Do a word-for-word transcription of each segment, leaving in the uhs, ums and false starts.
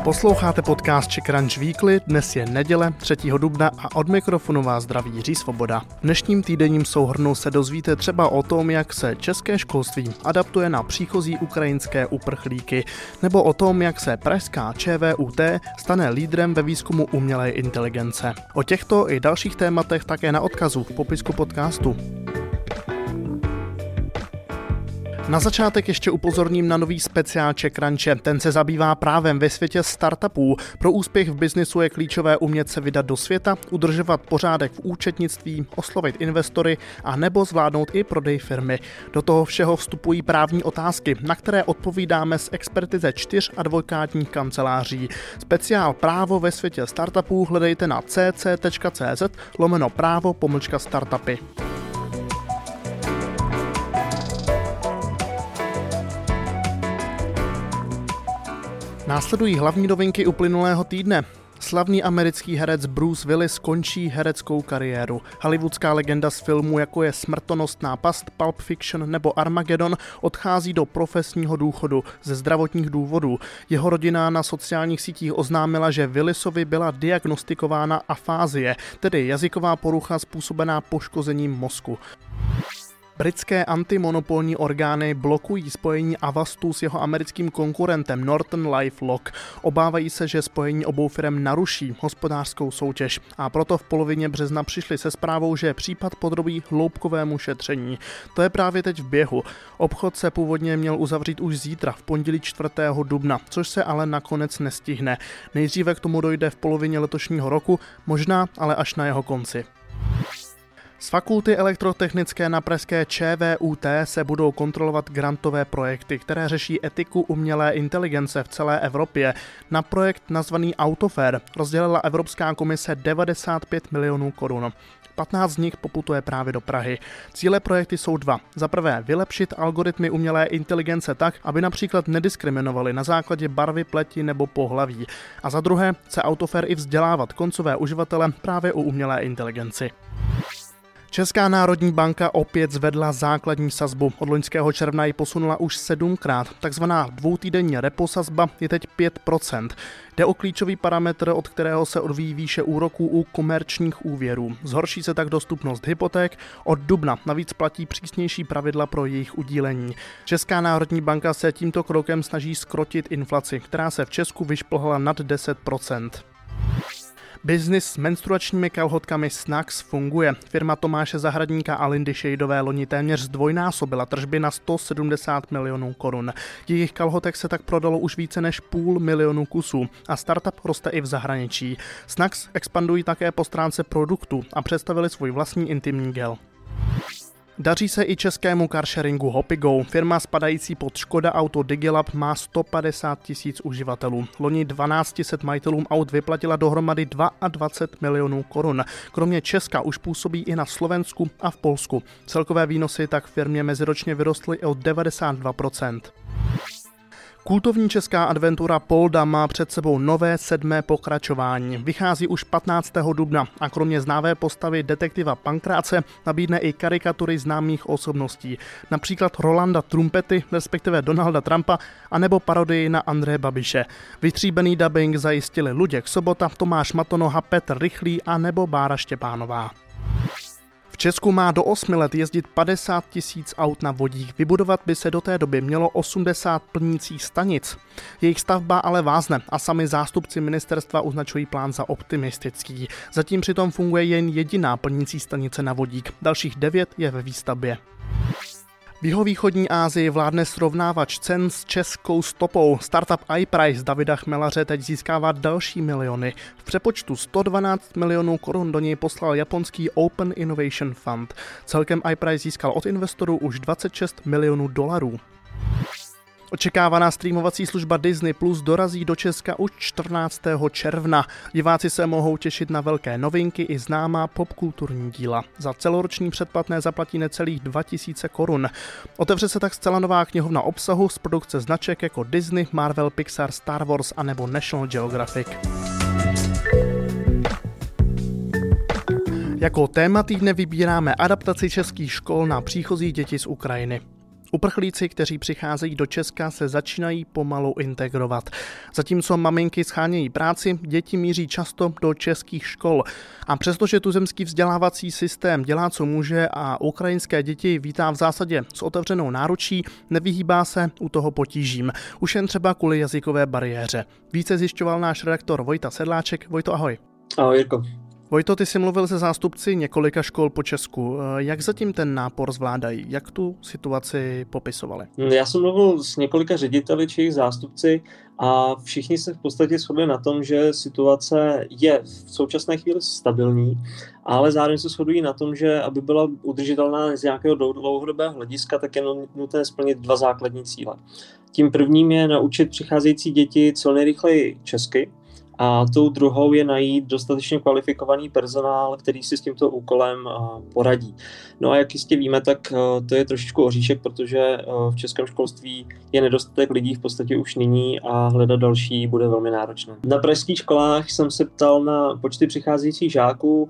Posloucháte podcast Czech Crunch Weekly, dnes je neděle třetího dubna a od mikrofonu vás zdraví Jiří Svoboda. V dnešním týdenním souhrnu se dozvíte třeba o tom, jak se české školství adaptuje na příchozí ukrajinské uprchlíky, nebo o tom, jak se pražská ČVUT stane lídrem ve výzkumu umělé inteligence. O těchto i dalších tématech také na odkazu v popisku podcastu. Na začátek ještě upozorním na nový speciál Czech Crunche. Ten se zabývá právem ve světě startupů. Pro úspěch v biznisu je klíčové umět se vydat do světa, udržovat pořádek v účetnictví, oslovit investory a nebo zvládnout i prodej firmy. Do toho všeho vstupují právní otázky, na které odpovídáme z expertize čtyř advokátních kanceláří. Speciál Právo ve světě startupů hledejte na cc.cz lomeno právo pomlčka startupy. Následují hlavní novinky uplynulého týdne. Slavný americký herec Bruce Willis končí hereckou kariéru. Hollywoodská legenda z filmů, jako je Smrtonosná past, Pulp Fiction nebo Armageddon, odchází do profesního důchodu ze zdravotních důvodů. Jeho rodina na sociálních sítích oznámila, že Willisovi byla diagnostikována afázie, tedy jazyková porucha způsobená poškozením mozku. Britské antimonopolní orgány blokují spojení Avastu s jeho americkým konkurentem Norton LifeLock. Obávají se, že spojení obou firem naruší hospodářskou soutěž a proto v polovině března přišli se zprávou, že případ podrobí hloubkovému šetření. To je právě teď v běhu. Obchod se původně měl uzavřít už zítra, v pondělí čtvrtého dubna, což se ale nakonec nestihne. Nejdříve k tomu dojde v polovině letošního roku, možná ale až na jeho konci. Z fakulty elektrotechnické na pražské ČVUT se budou kontrolovat grantové projekty, které řeší etiku umělé inteligence v celé Evropě. Na projekt nazvaný Autofair rozdělila Evropská komise devadesát pět milionů korun. patnáct z nich poputuje právě do Prahy. Cíle projekty jsou dva. Za prvé vylepšit algoritmy umělé inteligence tak, aby například nediskriminovaly na základě barvy pleti nebo pohlaví. A za druhé chce Autofair i vzdělávat koncové uživatele právě o umělé inteligenci. Česká národní banka opět zvedla základní sazbu. Od loňského června ji posunula už sedmkrát. Takzvaná dvoutýdenní repo sazba je teď pět procent. Jde o klíčový parametr, od kterého se odvíjí výše úroků u komerčních úvěrů. Zhorší se tak dostupnost hypoték. Od dubna navíc platí přísnější pravidla pro jejich udílení. Česká národní banka se tímto krokem snaží zkrotit inflaci, která se v Česku vyšplhala nad deset procent. Biznis s menstruačními kalhotkami Snacks funguje. Firma Tomáše Zahradníka a Lindy Šejdové loni téměř zdvojnásobila tržby na sto sedmdesát milionů korun. Jejich kalhotek se tak prodalo už více než půl milionu kusů a startup roste i v zahraničí. Snacks expandují také po stránce produktu a představili svůj vlastní intimní gel. Daří se i českému carsharingu Hopigo. Firma spadající pod Škoda Auto Digilab má sto padesát tisíc uživatelů. Loni dvanáct set majitelům aut vyplatila dohromady dvacet dva milionů korun. Kromě Česka už působí i na Slovensku a v Polsku. Celkové výnosy tak firmě meziročně vyrostly o devadesát dva procent. Kultovní česká adventura Polda má před sebou nové sedmé pokračování. Vychází už patnáctého dubna a kromě známé postavy detektiva Pankráce nabídne i karikatury známých osobností. Například Rolanda Trumpety, respektive Donalda Trumpa, anebo parodii na Andreje Babiše. Vytříbený dabing zajistili Luděk Sobota, Tomáš Matonoha, Petr Rychlý a nebo Bára Štěpánová. V Česku má do osmi let jezdit padesát tisíc aut na vodík. Vybudovat by se do té doby mělo osmdesát plnících stanic. Jejich stavba ale vázne a sami zástupci ministerstva označují plán za optimistický. Zatím přitom funguje jen jediná plnící stanice na vodík. Dalších devět je ve výstavbě. V jihovýchodní Asii vládne srovnávač cen s českou stopou. Startup iPrice Davida Chmelaře teď získává další miliony. V přepočtu sto dvanáct milionů korun do něj poslal japonský Open Innovation Fund. Celkem iPrice získal od investorů už dvacet šest milionů dolarů. Očekávaná streamovací služba Disney Plus dorazí do Česka už čtrnáctého června. Diváci se mohou těšit na velké novinky i známá popkulturní díla. Za celoroční předplatné zaplatí necelých dva tisíce korun. Otevře se tak zcela nová knihovna obsahu z produkce značek jako Disney, Marvel, Pixar, Star Wars a nebo National Geographic. Jako téma týdne vybíráme adaptaci českých škol na příchozí děti z Ukrajiny. Uprchlíci, kteří přicházejí do Česka, se začínají pomalu integrovat. Zatímco maminky schánějí práci, děti míří často do českých škol. A přestože tuzemský vzdělávací systém dělá, co může a ukrajinské děti vítá v zásadě s otevřenou náručí, nevyhýbá se u toho potížím. Už jen třeba kvůli jazykové bariéře. Více zjišťoval náš redaktor Vojta Sedláček. Vojto, ahoj. Ahoj, Jirko. Vojto, ty jsi mluvil se zástupci několika škol po Česku. Jak zatím ten nápor zvládají? Jak tu situaci popisovali? Já jsem mluvil s několika řediteli či jejich zástupci a všichni se v podstatě shodli na tom, že situace je v současné chvíli stabilní, ale zároveň se shodují na tom, že aby byla udržitelná z nějakého dlouhodobého hlediska, tak je nutné splnit dva základní cíle. Tím prvním je naučit přicházející děti co nejrychleji česky, a tou druhou je najít dostatečně kvalifikovaný personál, který si s tímto úkolem poradí. No a jak jistě víme, tak to je trošičku oříšek, protože v českém školství je nedostatek lidí v podstatě už nyní a hledat další bude velmi náročné. Na pražských školách jsem se ptal na počty přicházejících žáků.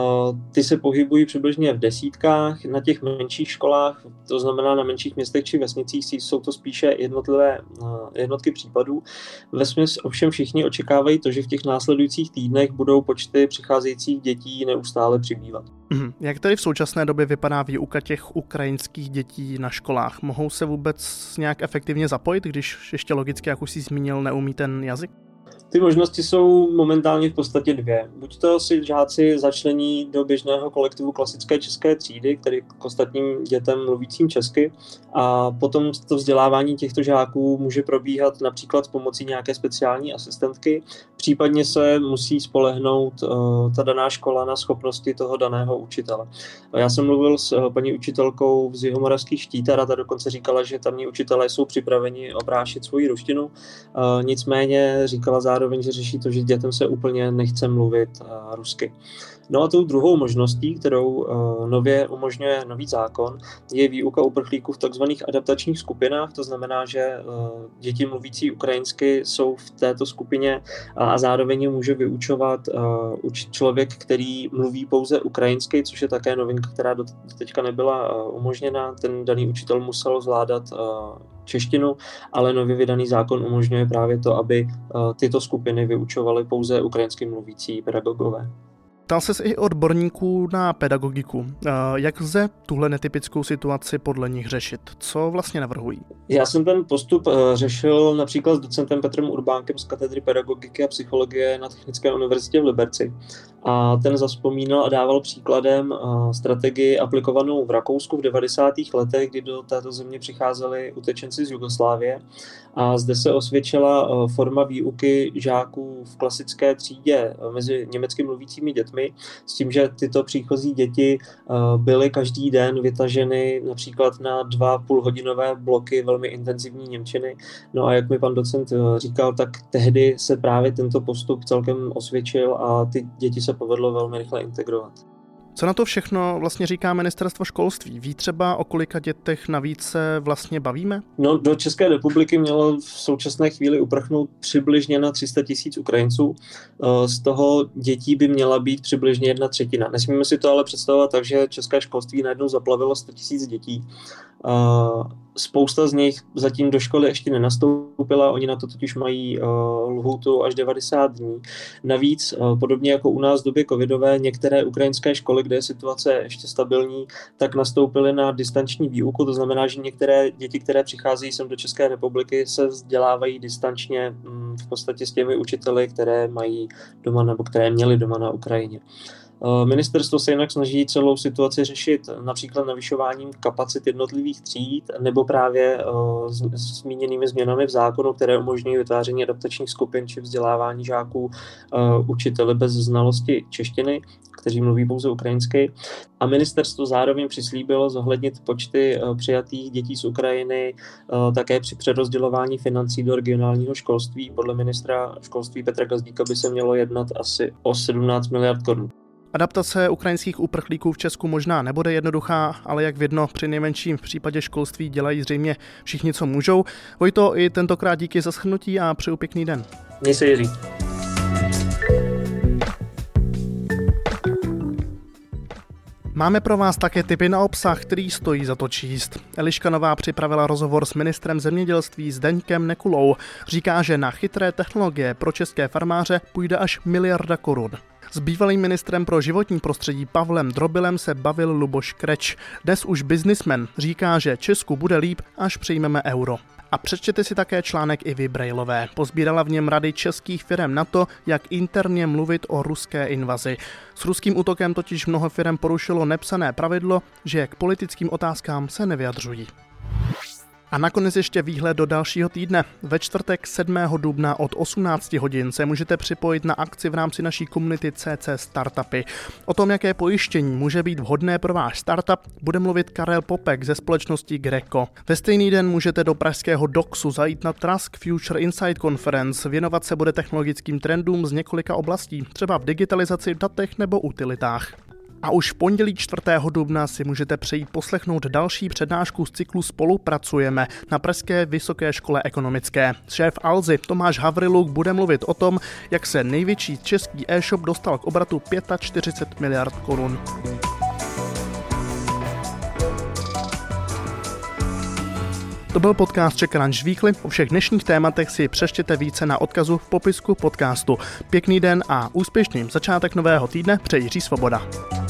Ty se pohybují přibližně v desítkách. Na těch menších školách, to znamená na menších městech či vesnicích, jsou to spíše jednotlivé jednotky případů. Vesměs ovšem všichni očekávají to, že v těch následujících týdnech budou počty přicházejících dětí neustále přibývat. Mm, jak tady v současné době vypadá výuka těch ukrajinských dětí na školách? Mohou se vůbec nějak efektivně zapojit, když ještě logicky, jak už jsi zmínil, neumí ten jazyk? Ty možnosti jsou momentálně v podstatě dvě. Buď to si žáci začlení do běžného kolektivu klasické české třídy, který k ostatním dětem mluvícím česky, a potom to vzdělávání těchto žáků může probíhat například s pomocí nějaké speciální asistentky, případně se musí spolehnout uh, ta daná škola na schopnosti toho daného učitele. Já jsem mluvil s uh, paní učitelkou z Jihomoravských Štítar a ta dokonce říkala, že tamní učitelé jsou připraveni obrášit svoji ruštinu, uh, nicméně říkala zároveň, že řeší to, že dětem se úplně nechce mluvit uh, rusky. No a tou druhou možností, kterou uh, nově umožňuje nový zákon, je výuka uprchlíků v takzvaných adaptačních skupinách. To znamená, že uh, děti mluvící ukrajinsky jsou v této skupině a, a zároveň je může vyučovat uh, člověk, který mluví pouze ukrajinsky, což je také novinka, která do teďka nebyla uh, umožněna. Ten daný učitel musel zvládat uh, češtinu, ale nově vydaný zákon umožňuje právě to, aby uh, tyto skupiny vyučovaly pouze ukrajinsky mluvící pedagogové. Ptal ses i odborníků na pedagogiku. Jak lze tuhle netypickou situaci podle nich řešit? Co vlastně navrhují? Já jsem ten postup řešil například s docentem Petrem Urbánkem z katedry pedagogiky a psychologie na Technické univerzitě v Liberci. A ten zavzpomínal a dával příkladem strategii aplikovanou v Rakousku v devadesátých letech, kdy do této země přicházeli utečenci z Jugoslávie. A zde se osvědčila forma výuky žáků v klasické třídě mezi německy mluvícími dětmi, s tím, že tyto příchozí děti byly každý den vytaženy například na dva půlhodinové bloky velmi intenzivní němčiny. No a jak mi pan docent říkal, tak tehdy se právě tento postup celkem osvědčil a ty děti se povedlo velmi rychle integrovat. Co na to všechno vlastně říká ministerstvo školství? Ví třeba, o kolika dětech navíc se vlastně bavíme? No, do České republiky mělo v současné chvíli uprchnout přibližně na tři sta tisíc Ukrajinců. Z toho dětí by měla být přibližně jedna třetina. Nesmíme si to ale představovat tak, že české školství najednou zaplavilo sto tisíc dětí. Spousta z nich zatím do školy ještě nenastoupila, oni na to totiž mají lhůtu až devadesát dní. Navíc, podobně jako u nás v době covidové, některé ukrajinské školy, kde je situace ještě stabilní, tak nastoupily na distanční výuku, to znamená, že některé děti, které přicházejí sem do České republiky, se vzdělávají distančně v podstatě s těmi učiteli, které mají doma nebo které měli doma na Ukrajině. Ministerstvo se jinak snaží celou situaci řešit například navyšováním kapacit jednotlivých tříd nebo právě uh, zmíněnými změnami v zákonu, které umožňují vytváření adaptačních skupin či vzdělávání žáků uh, učiteli bez znalosti češtiny, kteří mluví pouze ukrajinsky. A ministerstvo zároveň přislíbilo zohlednit počty uh, přijatých dětí z Ukrajiny uh, také při přerozdělování financí do regionálního školství. Podle ministra školství Petra Gazdíka by se mělo jednat asi o sedmnáct miliard korun. Adaptace ukrajinských uprchlíků v Česku možná nebude jednoduchá, ale jak vidno, při nejmenším v případě školství dělají zřejmě všichni, co můžou. Vojto, i tentokrát díky za shrnutí a přeju pěkný den. Měj se, Jiří. Máme pro vás také tipy na obsah, který stojí za to číst. Eliška Nová připravila rozhovor s ministrem zemědělství Zdeňkem Nekulou. Říká, že na chytré technologie pro české farmáře půjde až miliarda korun. S bývalým ministrem pro životní prostředí Pavlem Drobilem se bavil Luboš Kreč. Dnes už biznismen říká, že Česku bude líp, až přijmeme euro. A přečtěte si také článek Ivy Brejlové. Pozbírala v něm rady českých firem na to, jak interně mluvit o ruské invazi. S ruským útokem totiž mnoho firem porušilo nepsané pravidlo, že k politickým otázkám se nevyjadřují. A nakonec ještě výhled do dalšího týdne. Ve čtvrtek sedmého dubna od osmnácti hodin se můžete připojit na akci v rámci naší komunity C C Startupy. O tom, jaké pojištění může být vhodné pro váš startup, bude mluvit Karel Popek ze společnosti Greco. Ve stejný den můžete do pražského Doxu zajít na Trask Future Insight Conference. Věnovat se bude technologickým trendům z několika oblastí, třeba v digitalizaci, datech nebo utilitách. A už v pondělí čtvrtého dubna si můžete přejít poslechnout další přednášku z cyklu Spolupracujeme na Pražské vysoké škole ekonomické. Šéf Alzy Tomáš Havriluk bude mluvit o tom, jak se největší český e-shop dostal k obratu čtyřicet pět miliard korun. To byl podcast Czech Crunch Weekly. O všech dnešních tématech si přečtěte více na odkazu v popisku podcastu. Pěkný den a úspěšný začátek nového týdne přeji Jiří Svoboda.